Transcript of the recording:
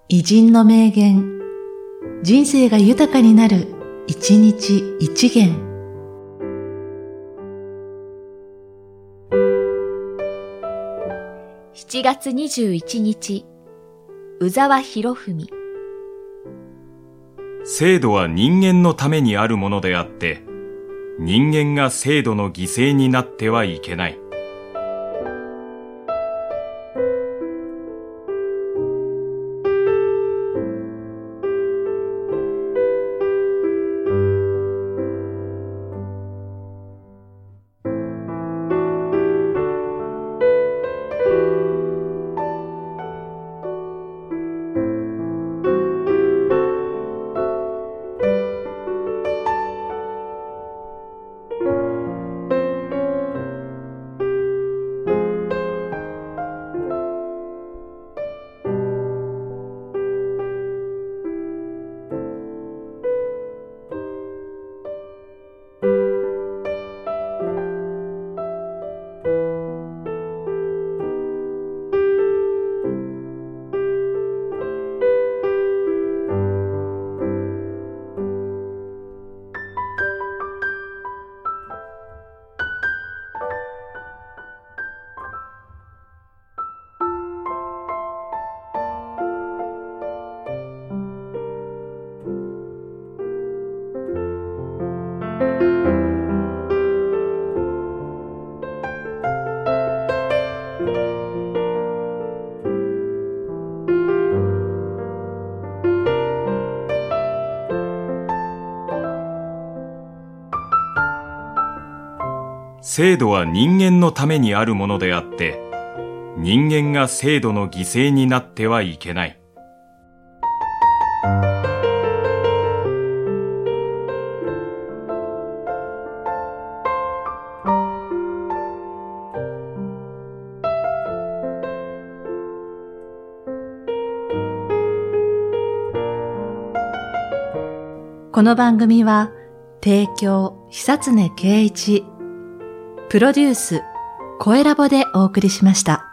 偉人の名言、人生が豊かになる、一日一元。 7月21日、宇沢博文。 制度は人間のためにあるものであって、人間が制度の犠牲になってはいけない。制度は人間のためにあるものであって、人間が制度の犠牲になってはいけない。 この番組は、提供、久常圭一、プロデュース、声ラボでお送りしました。